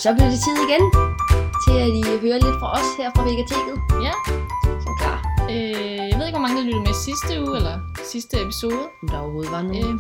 Så bliver det tid igen til at I hører lidt fra os her fra Vegateket. Ja. Så klar. Jeg ved ikke, hvor mange der lyttede med sidste uge, eller sidste episode. Om der overhovedet var nogen.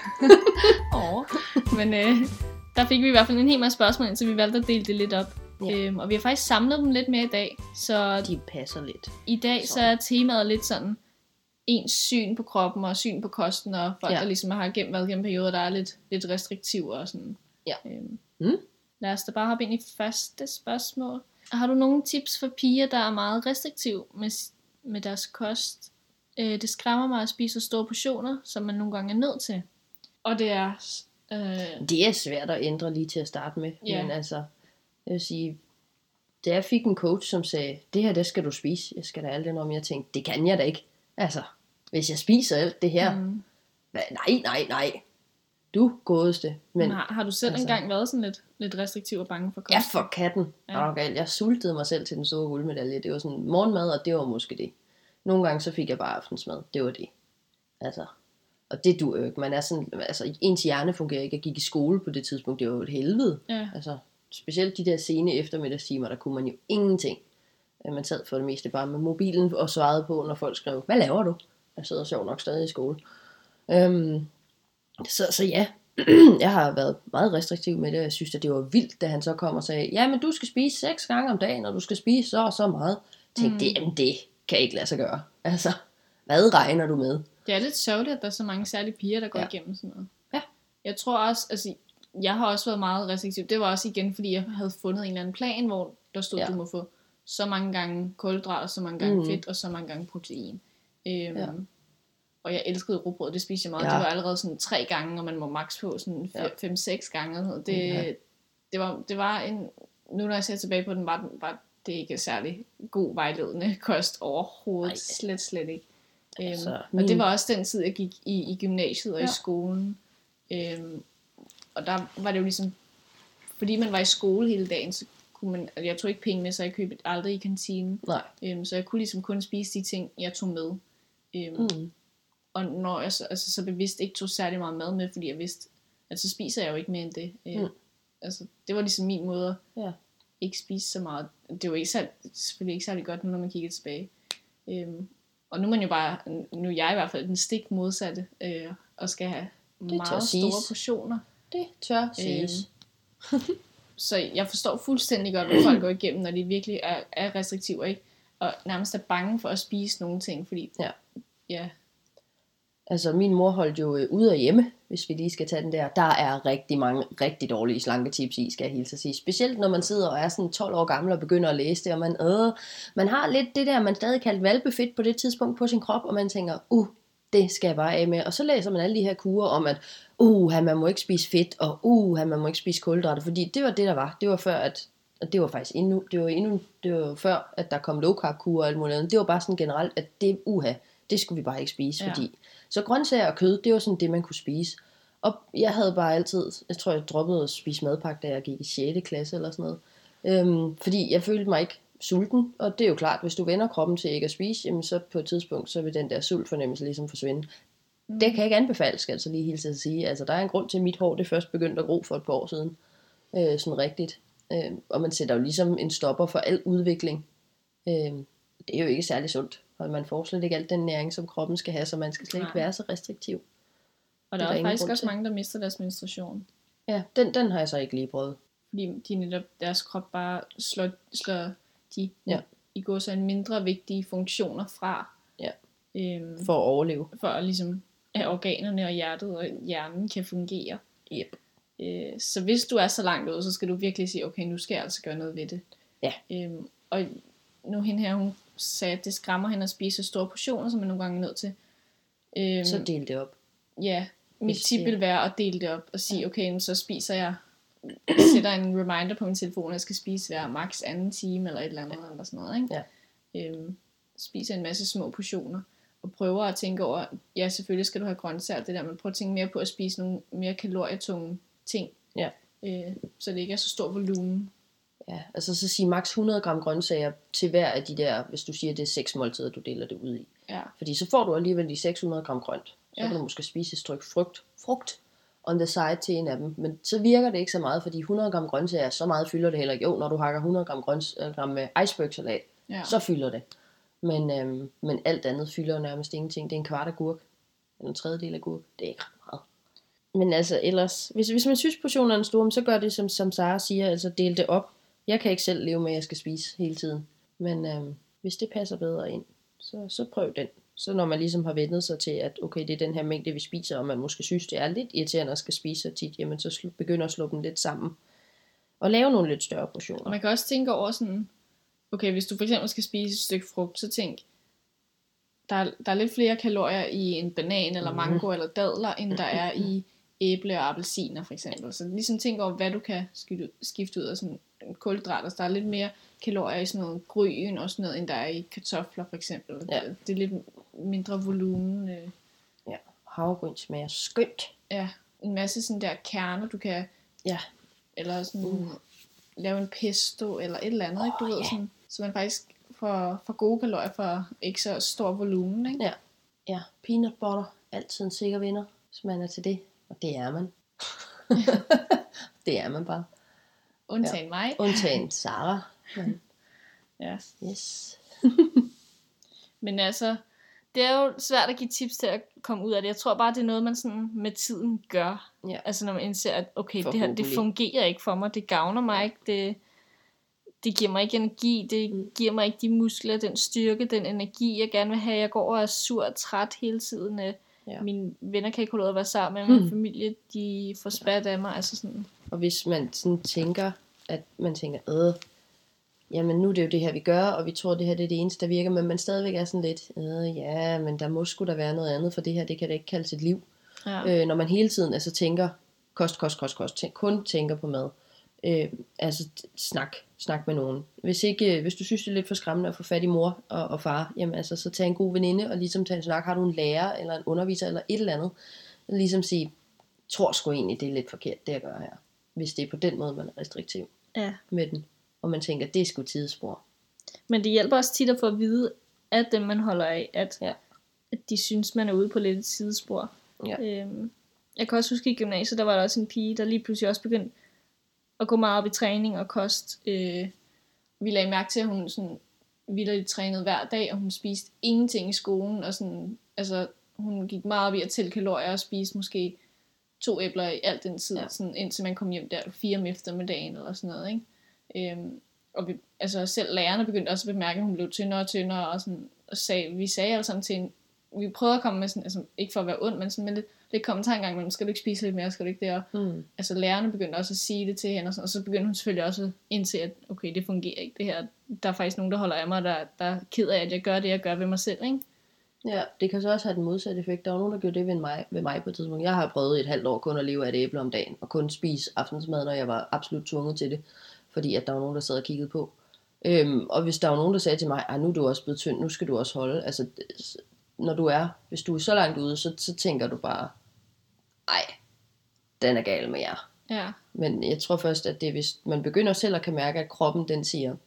Men der fik vi i hvert fald en hel masse spørgsmål ind, så vi valgte at dele det lidt op. Ja. Og vi har faktisk samlet dem lidt mere i dag. Så De passer lidt. i dag så er temaet lidt sådan ens syn på kroppen og syn på kosten, og folk, der ligesom har været gennem perioder, der er lidt restriktive og sådan. Ja. Lad os da bare hoppe ind i første spørgsmål. Har du nogle tips for piger, der er meget restriktive med deres kost? Det skræmmer mig at spise så store portioner, som man nogle gange er nødt til. Og det er... Det er svært at ændre lige til at starte med. Ja. Men altså, jeg vil sige, da jeg fik en coach, som sagde, det her, det skal du spise. Jeg skal da alt det, om jeg tænkte, det kan jeg da ikke. Altså, hvis jeg spiser alt det her. Nej. Du godeste. Men har du selv engang været sådan lidt restriktiv og bange for kost? Ja, for katten. Ja. Jeg sultede mig selv til den store guldmedalje. Det var sådan morgenmad, og det var måske det. Nogle gange så fik jeg bare aftensmad. Det var det. Altså, og det duer jo ikke. Man er sådan, altså, ens hjerne fungerer ikke. Jeg gik i skole på det tidspunkt. Det var jo et helvede. Ja. Altså, specielt de der sene eftermiddagstimer, der kunne man jo ingenting. Man sad for det meste bare med mobilen og svarede på, når folk skrev, hvad laver du? Jeg sidder sjov nok stadig i skole. Så ja, jeg har været meget restriktiv med det. Jeg synes, at det var vildt, da han så kom og sagde, ja, men du skal spise 6 gange om dagen, og du skal spise så og så meget. Jeg tænkte, det kan ikke lade sig gøre. Altså, hvad regner du med? Det er lidt sørgeligt, at der er så mange særlige piger, der går igennem sådan noget. Ja. Jeg tror også, altså, jeg har også været meget restriktiv. Det var også igen, fordi jeg havde fundet en eller anden plan, hvor der stod, at du må få så mange gange kulhydrater, så mange gange fedt, og så mange gange protein. Og jeg elskede rugbrød, det spiste jeg meget. Det var allerede sådan 3 gange, og man må maks få sådan 5-6 gange. Det var en... Nu når jeg ser tilbage på den, var det ikke særlig god vejledende kost overhovedet. Slet ikke. Og det var også den tid, jeg gik i gymnasiet og i skolen. Og der var det jo ligesom... Fordi man var i skole hele dagen, så kunne man... Jeg tog ikke penge med, så jeg købte aldrig i kantinen. Så jeg kunne ligesom kun spise de ting, jeg tog med. Og når jeg så bevidst ikke tog særlig meget mad med, fordi jeg vidste, at så spiser jeg jo ikke mere end det. Altså, det var ligesom min måde at ikke spise så meget. Det var selvfølgelig ikke særlig godt nu, når man kigger tilbage. Og nu er man jo bare, nu er jeg i hvert fald den stik modsatte, og skal have meget store portioner. Det tør siges. Så jeg forstår fuldstændig godt, hvad folk går igennem, når de virkelig er restriktive, ikke? Og nærmest er bange for at spise nogle ting, fordi... Ja. Altså, min mor holdt jo ude af hjemme, hvis vi lige skal tage den der. Der er rigtig mange rigtig dårlige slanketips i, skal jeg hilse at sige. Specielt når man sidder og er sådan 12 år gammel og begynder at læse det, og man har lidt det der, man stadig kaldt hvalpefedt på det tidspunkt på sin krop, og man tænker, det skal jeg bare af med. Og så læser man alle de her kurer om, at man må ikke spise fedt, og man må ikke spise kulhydrater, fordi det var det, der var. Det var før, at det var faktisk det var før, at der kom low carb kurer og alt muligt andet. Det var bare sådan generelt, at det skulle vi bare ikke spise, fordi... Så grøntsager og kød, det var sådan det, man kunne spise. Og jeg havde bare altid, jeg tror, jeg droppede at spise madpakke, da jeg gik i 6. klasse eller sådan noget. Fordi jeg følte mig ikke sulten, og det er jo klart, hvis du vender kroppen til ikke at spise, jamen så på et tidspunkt, så vil den der sultfornemmelse ligesom forsvinde. Det kan ikke anbefales, skal jeg altså lige hilse at sige. Altså, der er en grund til, at mit hår det først begyndte at gro for et par år siden. Sådan rigtigt. Og man sætter jo ligesom en stopper for al udvikling. Det er jo ikke særlig sundt. Og man får slet ikke alt den næring, som kroppen skal have, så man skal slet ikke være så restriktiv. Og der er faktisk også mange, der mister deres menstruation. Ja, den har jeg så ikke lige prøvet. Fordi de netop, deres krop bare slår de i går så en mindre vigtige funktioner fra. Ja, for at overleve. For at ligesom, at organerne og hjertet og hjernen kan fungere. Yep. Så hvis du er så langt ude, så skal du virkelig sige, okay, nu skal jeg altså gøre noget ved det. Ja. Og nu hende her, hun sagde, at det skræmmer hende at spise så store portioner, som man nogle gange er nødt til. Så del det op. Ja, mit tip vil være at dele det op og sige, okay, så spiser jeg, sætter en reminder på min telefon, at jeg skal spise hver maks 2 time, eller et eller andet, eller sådan noget, ikke? Ja. Spiser en masse små portioner, og prøver at tænke over, ja, selvfølgelig skal du have grøntsager, det der, men prøv at tænke mere på at spise nogle mere kalorietunge ting, så det ikke er så stor volumen. Ja, altså så sige maks 100 gram grøntsager til hver af de der, hvis du siger, det er 6 måltider, du deler det ud i. Ja. Fordi så får du alligevel de 600 gram grønt. Så kan du måske spise et stykke frugt, on the side til en af dem. Men så virker det ikke så meget, fordi 100 gram grøntsager, så meget fylder det heller ikke. Jo, når du hakker 100 gram icebergsalat, så fylder det. Men alt andet fylder nærmest ingenting. Det er en kvart agurk, eller en tredjedel agurk. Det er ikke ret meget. Men altså ellers, hvis man synes portionerne er store, så gør det som Sara siger, altså del det op. Jeg kan ikke selv leve med, at jeg skal spise hele tiden. Men hvis det passer bedre ind, så prøv den. Så når man ligesom har vendt sig til, at okay, det er den her mængde, vi spiser, og man måske synes, det er lidt irriterende at skal spise så tit, jamen så begynder at slå dem lidt sammen. Og lave nogle lidt større portioner. Og man kan også tænke over sådan, okay, hvis du for eksempel skal spise et stykke frugt, så tænk, der er lidt flere kalorier i en banan, eller mango, eller dadler, end der er i æble og appelsiner for eksempel. Så ligesom tænk over, hvad du kan skifte ud af sådan kulhydrater. Så der er lidt mere kalorier i sådan noget gryn og sådan noget, end der er i kartofler for eksempel. Ja. Det er lidt mindre volumen. Ja, havregryn smager skønt. Ja, en masse sådan der kerner, du kan... Ja. Eller sådan lave en pesto, eller et eller andet, ikke? Du ved, sådan, så man faktisk får gode kalorier for ikke så stor volumen, ikke? Ja, peanut butter, altid en sikker vinder, hvis man er til det. Og det er man. Det er man bare. Undtagen mig. Undtagen Sara. Ja. Yes. Men altså, det er jo svært at give tips til at komme ud af det. Jeg tror bare, det er noget, man sådan med tiden gør. Ja. Altså når man indser, at okay, det her, det fungerer ikke for mig. Det gavner mig ikke. Det giver mig ikke energi. Det giver mig ikke de muskler, den styrke, den energi, jeg gerne vil have. Jeg går og er sur og træt hele tiden. Ja. Mine venner kan ikke holde ud at være sammen med min familie. De får spat af mig. Altså sådan. Og hvis man sådan tænker, at man tænker, jamen nu er det jo det her vi gør, og vi tror det her det er det eneste der virker, men man stadigvæk er sådan lidt, ja, men der må sgu da være noget andet, for det her det kan da ikke kaldes et liv. Ja. Når man hele tiden altså tænker kost, kun tænker på mad. Altså snak med nogen. Hvis du synes det er lidt for skræmmende at få fat i mor og far, jamen altså så tag en god veninde og ligesom tage en snak. Har du en lærer eller en underviser eller et eller andet, ligesom sige, tror sgu egentlig det er lidt forkert det jeg gør her, hvis det er på den måde man er restriktiv med den, og man tænker det er sgu tidsspor. Men det hjælper også tit at få at vide at dem man holder af, at de synes man er ude på lidt et sidespor. Jeg kan også huske i gymnasiet, der var der også en pige der lige pludselig også begyndte at gå meget op i træning og kost. Vi lagde mærke til, at hun sådan vitterligt trænede hver dag, og hun spiste ingenting i skolen, og sådan, altså, hun gik meget op i at tælle kalorier og spiste måske 2 æbler i alt den tid, sådan, indtil man kom hjem der 4 om eftermiddagen eller sådan noget, ikke? Og altså selv lærerne begyndte også at bemærke, at hun blev tyndere og tyndere, og sådan, vi sagde alle sammen til hende, vi prøvede at komme med sådan, altså ikke for at være ond, men sådan med lidt kommentar engang, men skal du ikke spise lidt mere, skal du ikke det? Altså lærerne begyndte også at sige det til hende, og så begyndte hun selvfølgelig også at indse, at okay, det fungerer ikke det her. Der er faktisk nogen, der holder af mig, der er ked af, at jeg gør det, jeg gør ved mig selv, ikke? Ja, det kan så også have den modsatte effekt. Der var nogen, der gjorde det ved mig på et tidspunkt. Jeg har prøvet et halvt år kun at leve af et æble om dagen, og kun spise aftensmad, når jeg var absolut tvunget til det, fordi at der var nogen, der sad og kiggede på. Og hvis der var nogen, der sagde til mig, nu er du også blevet tynd, nu skal du også holde, altså hvis du er så langt ude, så tænker du bare, den er gal med jer. Ja. Men jeg tror først, at det er, hvis man begynder selv at kan mærke, at kroppen den siger,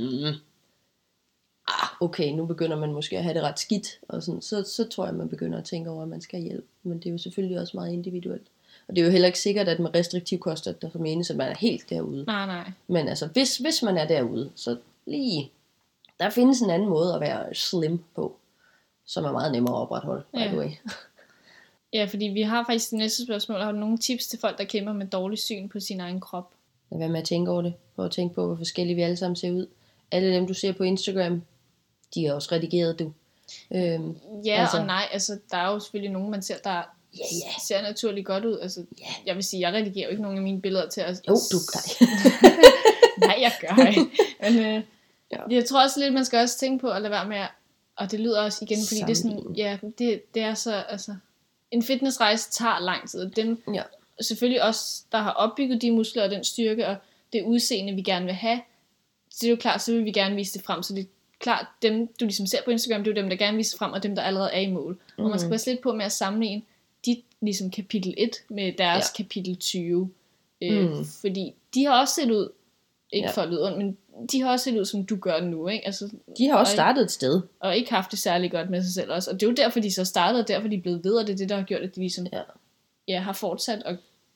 okay, nu begynder man måske at have det ret skidt, og sådan, så tror jeg, man begynder at tænke over, at man skal have hjælp. Men det er jo selvfølgelig også meget individuelt. Og det er jo heller ikke sikkert, at med restriktiv kost, at der formenes, at man er helt derude. Nej. Men altså, hvis man er derude, så der findes en anden måde at være slim på, som er meget nemmere at opretholde, by the way. Ja, fordi vi har faktisk det næste spørgsmål. Har du nogle tips til folk, der kæmper med dårlig syn på sin egen krop? Hvad med at tænke over det? Prøv at tænke på, hvor forskellige vi alle sammen ser ud. Alle dem, du ser på Instagram, de er også redigeret, du. Altså. Og nej, altså der er jo selvfølgelig nogen, man ser, der ser naturligt godt ud. Altså, jeg vil sige, jeg redigerer jo ikke nogen af mine billeder til at... Jo, du gør. Nej, jeg gør ikke. Men jeg tror også lidt, man skal også tænke på at lade være med at... Og det lyder også igen, fordi det er sådan... Det er så... Altså, en fitnessrejse tager lang tid. Dem, selvfølgelig også, der har opbygget de muskler og den styrke og det udseende, vi gerne vil have, så det er jo klart, så vil vi gerne vise det frem. Så det er klart, dem du ligesom ser på Instagram, det er jo dem, der gerne viser frem, og dem, der allerede er i mål. Og man skal passe lidt på med at sammenligne dit ligesom kapitel 1 med deres kapitel 20. Fordi de har også set ud, ikke for at lyde ondt, men de har også set ud, som du gør nu, ikke? Altså, de har også startet et sted. Og ikke haft det særlig godt med sig selv også. Og det er jo derfor, de så startede, og derfor de er blevet ved, og det er det, der har gjort, at de ligesom har fortsat. Og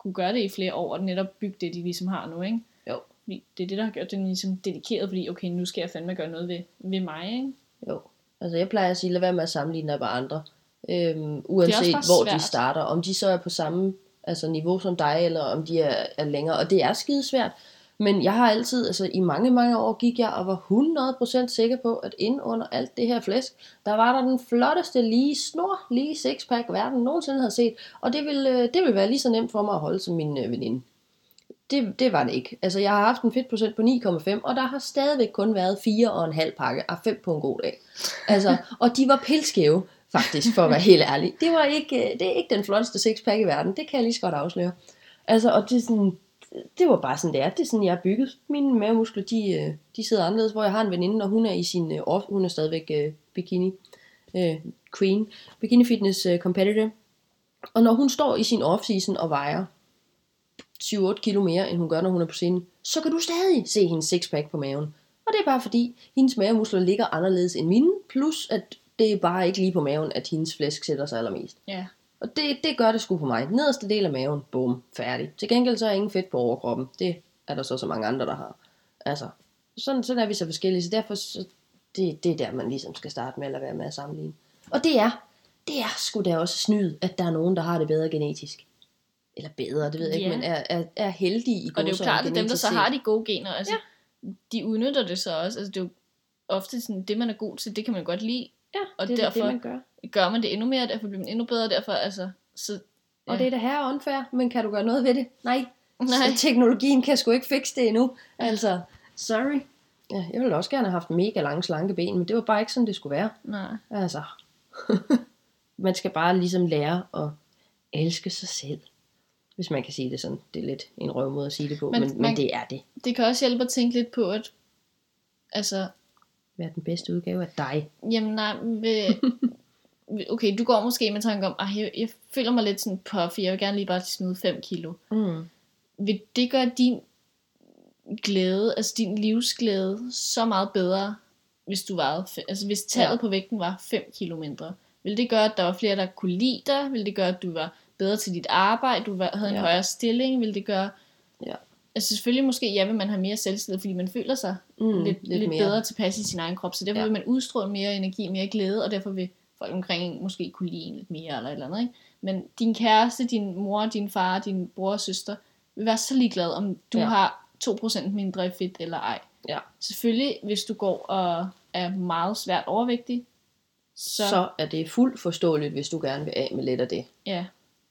kunne gøre det i flere år, og netop bygge det, de ligesom har nu, ikke? Jo. Fordi det er det, der har gjort den ligesom dedikeret, fordi okay, nu skal jeg fandme gøre noget ved mig, ikke? Jo. Altså jeg plejer at sige, lad være med at sammenligne dig med andre. Uanset hvor de starter. Om de så er på samme niveau som dig, eller om de er længere. Og det er skidesvært. Men jeg har altid, i mange år gik jeg og var 100% sikker på, at inde under alt det her flæsk, der var der den flotteste lige sixpack verden nogensinde havde set. Og det ville være lige så nemt for mig at holde som min veninde. Det var det ikke. Altså jeg har haft en fedtprocent på 9,5, og der har stadigvæk kun været 4,5 pakke af 5 på en god dag. Og de var pilskæve, faktisk, for at være helt ærlig. Det er ikke den flotteste sixpack i verden, det kan jeg lige så godt afsløre. Og det er sådan, det var bare sådan det er. Det er sådan jeg er bygget. Mine mavemuskler, de sidder anderledes, hvor jeg har en veninde, og hun er i sin hun er stadigvæk bikini queen, bikini fitness competitor. Og når hun står i sin off-season og vejer 7-8 kilo mere, end hun gør, når hun er på scenen, så kan du stadig se hendes sixpack på maven. Og det er bare fordi, hendes mavemuskler ligger anderledes end mine, plus at det er bare ikke lige på maven, at hendes flæsk sætter sig allermest. Ja. Og det gør det sgu på mig. Nederste del af maven, bum, færdig. Til gengæld så er ingen fedt på overkroppen. Det er der så mange andre, der har. Sådan er vi så forskellige, så derfor det er der, man ligesom skal starte med at lade være med at sammenligne. Og det er sgu da også snyd, at der er nogen, der har det bedre genetisk. Eller bedre, det ved jeg ikke, men er heldige i og det er jo klart, at dem, der så har de gode gener, de udnytter det så også. Det er jo ofte sådan, det man er god til, det kan man godt lide. Ja, og det derfor er det, man gør man det endnu mere, derfor bliver man endnu bedre, derfor så, ja. Og det er da her unfair, men kan du gøre noget ved det? Nej. Teknologien kan sgu ikke fikse det endnu. Sorry. Ja, jeg ville også gerne have haft mega lange slanke ben, men det var bare ikke sådan, det skulle være. Nej. Man skal bare ligesom lære at elske sig selv. Hvis man kan sige det sådan. Det er lidt en røv måde at sige det på, men det er det. Det kan også hjælpe at tænke lidt på, at hvad er den bedste udgave af dig? Jamen nej, okay, du går måske med tanke om, jeg føler mig lidt sådan puffy, jeg vil gerne lige bare smide 5 kilo. Vil det gøre din glæde, din livsglæde, så meget bedre, hvis du vejede, hvis tallet på vægten var 5 kilo mindre? Vil det gøre, at der var flere, der kunne lide dig? Vil det gøre, at du var bedre til dit arbejde? Du havde en højere stilling? Vil det gøre... selvfølgelig måske, vil man have mere selvtillid, fordi man føler sig lidt bedre tilpas i sin egen krop, så derfor vil man udstråle mere energi, mere glæde, og derfor vil folk omkring en måske kunne lide en lidt mere, eller et eller andet, ikke? Men din kæreste, din mor, din far, din bror og søster, vil være så ligeglad, om du har 2% mindre i fedt eller ej. Ja. Selvfølgelig, hvis du går og er meget svært overvægtig, så er det fuldt forståeligt, hvis du gerne vil af med lidt af det. Ja.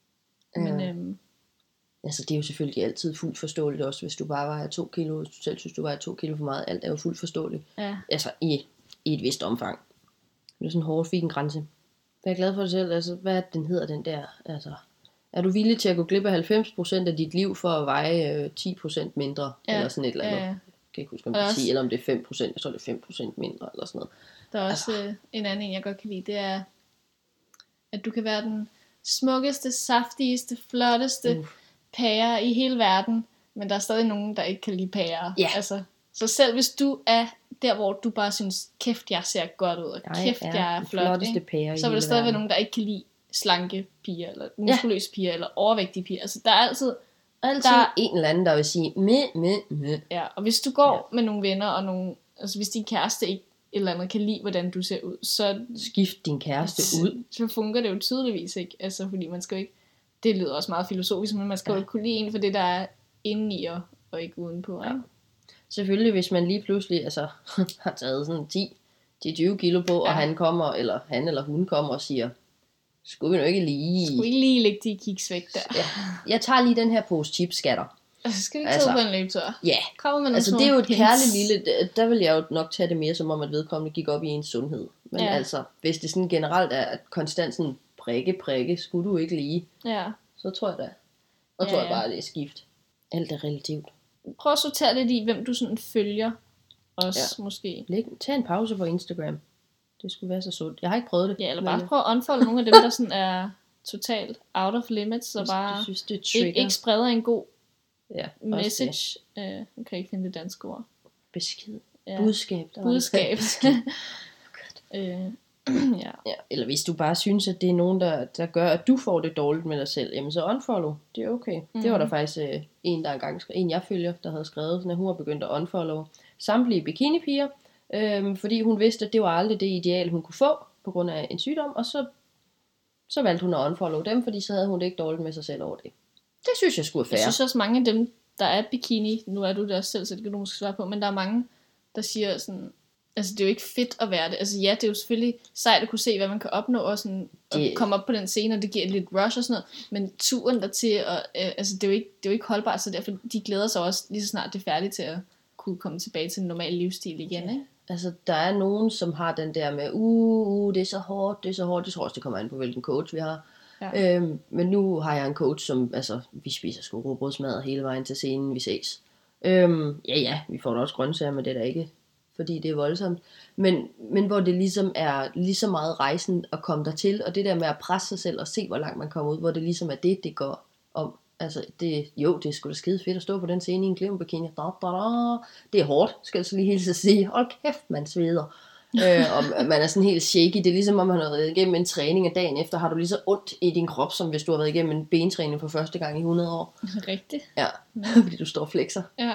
Men det er jo selvfølgelig altid fuldt forståeligt også, hvis du bare vejer 2 kilo, hvis du selv synes, du vejer 2 kilo for meget. Alt er jo fuldt forståeligt. Ja. I et vist omfang. Det er sådan en hård, fin grænse. Jeg er glad for det selv. Hvad den hedder, den der? Er du villig til at gå glip af 90% af dit liv for at veje 10% mindre? Eller sådan et eller andet. Jeg kan ikke huske, om det er 10, eller om det er 5%. Jeg tror, det er 5% mindre, eller sådan noget. Der er også en anden, jeg godt kan lide. Det er, at du kan være den smukkeste, saftigste, flotteste pære i hele verden, men der er stadig nogen, der ikke kan lide pærer. Yeah. Så selv hvis du er der, hvor du bare synes, kæft, jeg ser godt ud, og kæft, jeg er flot, så vil der stadig være nogen, der ikke kan lide slanke piger, eller muskuløse piger, eller overvægtige piger. Der er altid en eller anden, der vil sige meh. Ja, og hvis du går med nogle venner, og nogle, hvis din kæreste ikke eller andet kan lide, hvordan du ser ud, så skift din kæreste ud. Så fungerer det jo tydeligvis ikke, fordi man skal jo ikke, det lyder også meget filosofisk, men man skal jo ikke kunne lide en for det, der er indeni og ikke udenpå. Ikke? Selvfølgelig, hvis man lige pludselig har taget sådan 10-20 kilo på, og han kommer, eller han eller hun kommer og siger, skulle vi nu ikke lige lægge de kiks væk der? Ja. Jeg tager lige den her pose chipskatter. Skal vi ikke tage på en løbetur? Ja. Det er jo et kærligt lille, der vil jeg jo nok tage det mere som om, at vedkommende gik op i ens sundhed. Men hvis det sådan generelt er at konstant sådan prikke, skulle du ikke lige, så tror jeg da. Og tror jeg bare, det er skift. Alt er relativt. Prøv at sortere lidt i, hvem du sådan følger også, måske. Tag en pause på Instagram. Det skulle være så sundt. Jeg har ikke prøvet det. Ja, eller bare prøv at unfollow nogle af dem, der sådan er totalt out of limits, og bare ikke spreder en god message. Jeg kan ikke finde det danske ord. Besked. Ja. Budskab. Budskab. Ja, eller hvis du bare synes, at det er nogen, der gør, at du får det dårligt med dig selv, jamen så unfollow, det er okay. Det var der faktisk en jeg følger, der havde skrevet, at hun var begyndt at unfollow samtlige bikinipiger, fordi hun vidste, at det var aldrig det ideal, hun kunne få, på grund af en sygdom, og så valgte hun at unfollow dem, fordi så havde hun det ikke dårligt med sig selv over det. Det synes jeg skulle være fair. Jeg synes også mange af dem, der er bikini, nu er du der selv, så det kan du måske svare på, men der er mange, der siger sådan, altså det er jo ikke fedt at være det. Altså ja, det er jo selvfølgelig sejt at kunne se, hvad man kan opnå, og sådan at komme op på den scene, og det giver lidt rush og sådan noget, men turen dertil, og, altså det er jo ikke holdbart, så derfor de glæder sig også lige så snart det er færdigt til at kunne komme tilbage til en normal livsstil igen, ikke? Altså der er nogen, som har den der med, det er så hårdt, det tror jeg også, det kommer an på, hvilken coach vi har. Ja. Men nu har jeg en coach, som, altså, vi spiser sgu rugbrødsmad hele vejen til scenen, vi ses. Ja, vi får da også grøntsager, men det er da ikke, fordi det er voldsomt. Men hvor det ligesom er lige så meget rejsen at komme dertil, og det der med at presse sig selv og se, hvor langt man kommer ud, hvor det ligesom er det går om. Altså, det er sgu da skide fedt at stå på den scene i en glimmerbikini. Det er hårdt, skal jeg så lige hilse at sige. Hold kæft, man sveder. Og man er sådan helt shaky. Det er ligesom om man har været igennem en træning, og dagen efter har du lige så ondt i din krop, som hvis du har været igennem en bentræning for første gang i 100 år. Rigtigt. Ja, fordi du står og flexer. Ja.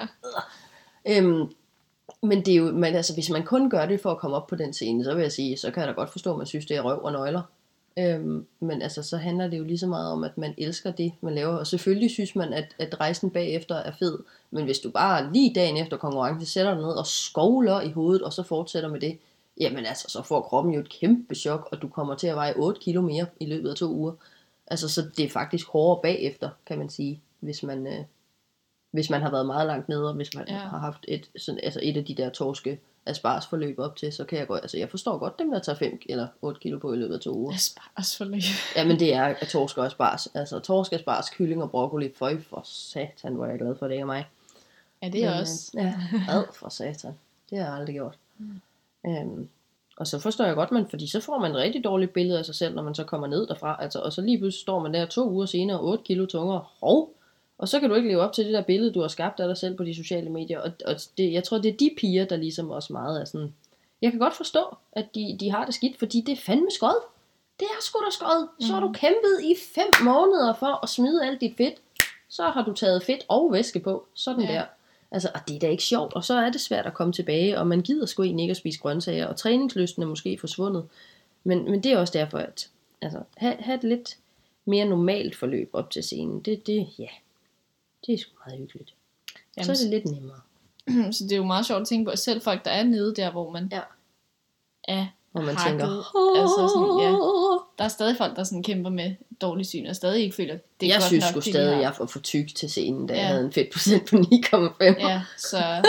Men det er jo, altså, hvis man kun gør det for at komme op på den scene, så vil jeg sige, så kan jeg da godt forstå, at man synes, det er røv og nøgler. Men altså, så handler det jo lige så meget om, at man elsker det, man laver. Og selvfølgelig synes man, at rejsen bagefter er fed. Men hvis du bare lige dagen efter konkurrence sætter dig ned og skovler i hovedet, og så fortsætter med det, jamen altså, så får kroppen jo et kæmpe chok, og du kommer til at veje 8 kilo mere i løbet af 2 uger. Altså, så det er faktisk hårdere bagefter, kan man sige, hvis man har været meget langt nede, og hvis man har haft et af de der torske asparsforløb op til, så kan jeg godt, altså jeg forstår godt dem, der tager 5 eller 8 kilo på i løbet af 2 uger. Asparsforløb. Ja, men det er torsk og aspars. Altså torsk, aspars, kylling og broccoli. Føj for satan, hvor jeg glad for, det ikke er mig. Ja, det er også. Ja, ad for satan. Det har jeg aldrig gjort. Og så forstår jeg godt, fordi så får man et rigtig dårligt billede af sig selv, når man så kommer ned derfra. Altså, og så lige pludselig står man der 2 uger senere, 8 kilo tungere. Og så kan du ikke leve op til det der billede, du har skabt af dig selv på de sociale medier. Og det, jeg tror, det er de piger, der ligesom også meget er sådan... Jeg kan godt forstå, at de har det skidt, fordi det er fandme skod. Det er sgu da skod. Så har du kæmpet i 5 måneder for at smide alt dit fedt. Så har du taget fedt og væske på. Sådan der. Altså, og det er da ikke sjovt. Og så er det svært at komme tilbage, og man gider sgu egentlig ikke at spise grøntsager. Og træningslysten er måske forsvundet. Men det er også derfor, at have et lidt mere normalt forløb op til scenen. Det er sgu meget hyggeligt. Jamen, så er det lidt nemmere. Så det er jo meget sjovt at tænke på, at selv folk, der er nede der, hvor man er hvor man hakket, tænker, altså sådan, der er stadig folk, der sådan kæmper med dårlig syn, og stadig ikke føler, det er jeg godt synes nok, sgu det stadig, at jeg får for tyk til scenen, da jeg havde en fedtprocent på 9,5. Ja, så...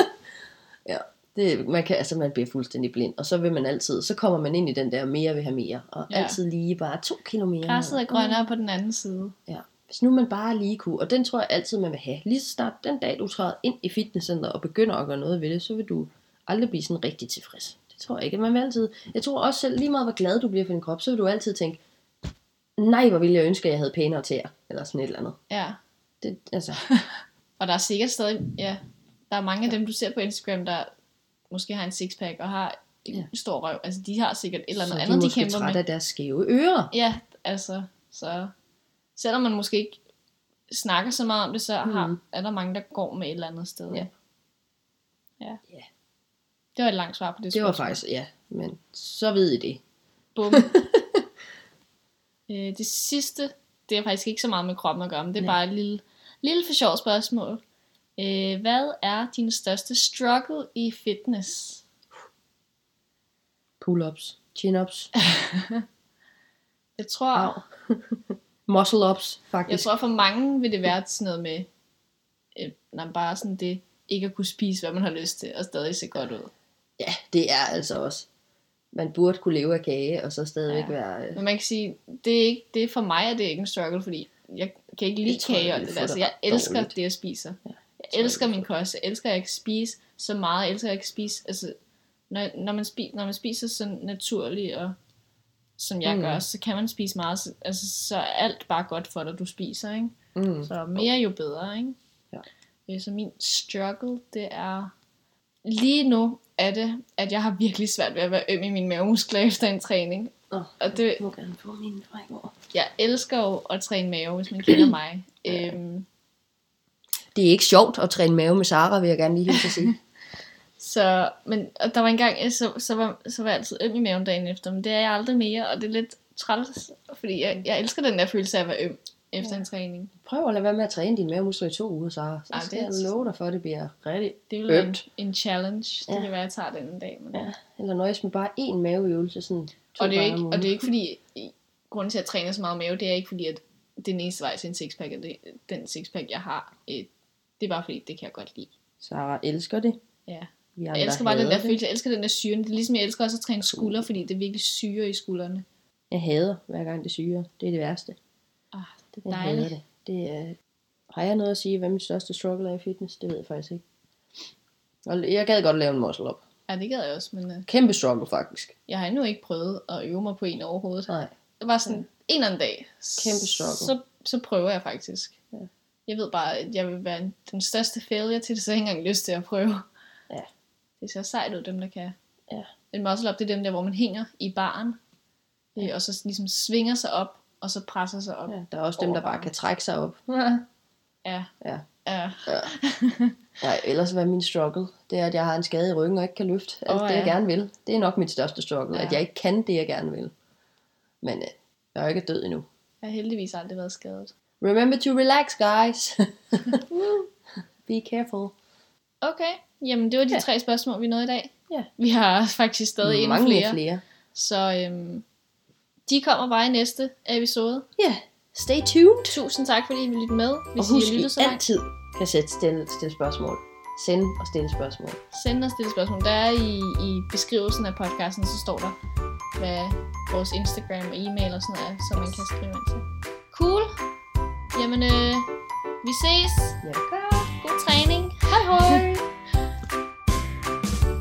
man bliver fuldstændig blind, og så vil man altid, så kommer man ind i den der mere vil have mere, og altid lige bare 2 kilo mere. Græsset er grønnere på den anden side. Ja. Hvis nu man bare lige kunne, og den tror jeg altid man vil have, lige så snart den dag du træder ind i fitnesscenteret og begynder at gøre noget ved det, så vil du aldrig blive sådan rigtig tilfreds. Det tror jeg ikke, man vil altid. Jeg tror også selv, lige meget hvor glad du bliver for din krop, så vil du altid tænke, nej hvor ville jeg ønske, at jeg havde pænere tæer, eller sådan et eller andet. Ja. Det, altså. Og der er sikkert stadig, der er mange af dem du ser på Instagram, der måske har en sixpack og har en stor røv, altså de har sikkert et eller andet, de kæmper med. Så de er måske trætte af deres skæve ører. Ja, altså, så... Selvom man måske ikke snakker så meget om det, så er der mange, der går med et eller andet sted. Ja. Det var et langt svar på det spørgsmål. Det var faktisk, men så ved I det. Bum. Det sidste, det er faktisk ikke så meget med kroppen at gøre, men det er bare et lille for sjovt spørgsmål. Hvad er din største struggle i fitness? Pull-ups, chin-ups. Jeg tror... Muscle-ups, faktisk. Jeg tror for mange vil det være sådan noget med, bare sådan det, ikke at kunne spise, hvad man har lyst til, og stadig se godt ud. Ja, det er altså også. Man burde kunne leve af kage, og så stadigvæk være... Men man kan sige, det er for mig, at det er ikke en struggle, fordi jeg kan ikke lide kage og det der, så jeg elsker dårligt. Det, jeg spiser. Ja, jeg elsker min kost, jeg elsker, at jeg kan spise så meget, jeg elsker, at jeg kan spise, altså, når man spiser så naturligt, og som jeg gør, så kan man spise meget, så er alt bare godt for dig, du spiser, ikke? Så mere jo bedre, ikke? Ja. Så min struggle, det er, lige nu er det, at jeg har virkelig svært ved at være øm i mine mavemuskler efter en træning. Og det må gerne få mine over. Jeg elsker jo at træne mave, hvis man kender mig. Det er ikke sjovt at træne mave med Sara, vil jeg gerne lige hilse at sige. Og der var en gang, så var jeg altid øm i maven dagen efter, men det er jeg aldrig mere, og det er lidt træls, fordi jeg elsker den der følelse af at være øm efter en træning. Prøv at lade være med at træne dine mavemuskler i 2 uger, Sara. Så skal jeg love dig for, at det bliver rigtig det vil være en challenge. Det kan være, at jeg tager den en dag. Men eller nøjes med bare 1 maveøvelse, sådan 2 gange om ugen. Og det er ikke fordi, grunden til at træne så meget mave, det er ikke fordi, at det er den eneste vej til en sixpack, og den sixpack, jeg har, det er bare fordi, det kan jeg godt lide. Sara elsker det. Ja. Jeg elsker bare den der følelse. Jeg elsker den der syre. Det er ligesom, jeg elsker også at træne skulder, fordi det er virkelig syre i skuldrene. Jeg hader hver gang det syre. Det er det værste. Det er dejligt. Har jeg noget at sige, hvad min største struggle er i fitness? Det ved jeg faktisk ikke. Og jeg gad godt lave en muscle up. Ja, det gad jeg også. Men, kæmpe struggle, faktisk. Jeg har endnu ikke prøvet at øve mig på en overhovedet. Nej. Det var sådan en eller anden dag. Kæmpe struggle. Så prøver jeg faktisk. Ja. Jeg ved bare, at jeg vil være den største failure til det, så jeg ikke engang lyst til at prøve. Ja. Det ser sejt ud, dem der kan. Ja. En muscle up, det er dem der, hvor man hænger i baren. Ja. Og så ligesom svinger sig op, og så presser sig op. Ja, der er også dem, der bare kan trække sig op. Ja. Ja, ellers hvad min struggle, det er, at jeg har en skade i ryggen og ikke kan løfte alt det, jeg gerne vil. Det er nok mit største struggle, at jeg ikke kan det, jeg gerne vil. Men jeg er ikke død endnu. Jeg har heldigvis aldrig været skadet. Remember to relax, guys. Be careful. Okay, jamen det var de 3 spørgsmål, vi nåede i dag. Ja. Vi har faktisk stadig endnu flere. Så de kommer bare i næste episode. Ja, stay tuned. Tusind tak, fordi I vil lytte med. Og husk, I altid kan stille spørgsmål. Send og stille spørgsmål. Send og stille spørgsmål. Der er i beskrivelsen af podcasten, så står der, hvad vores Instagram og e-mail og sådan er, som man kan skrive ind til. Cool. Jamen, vi ses. Ja,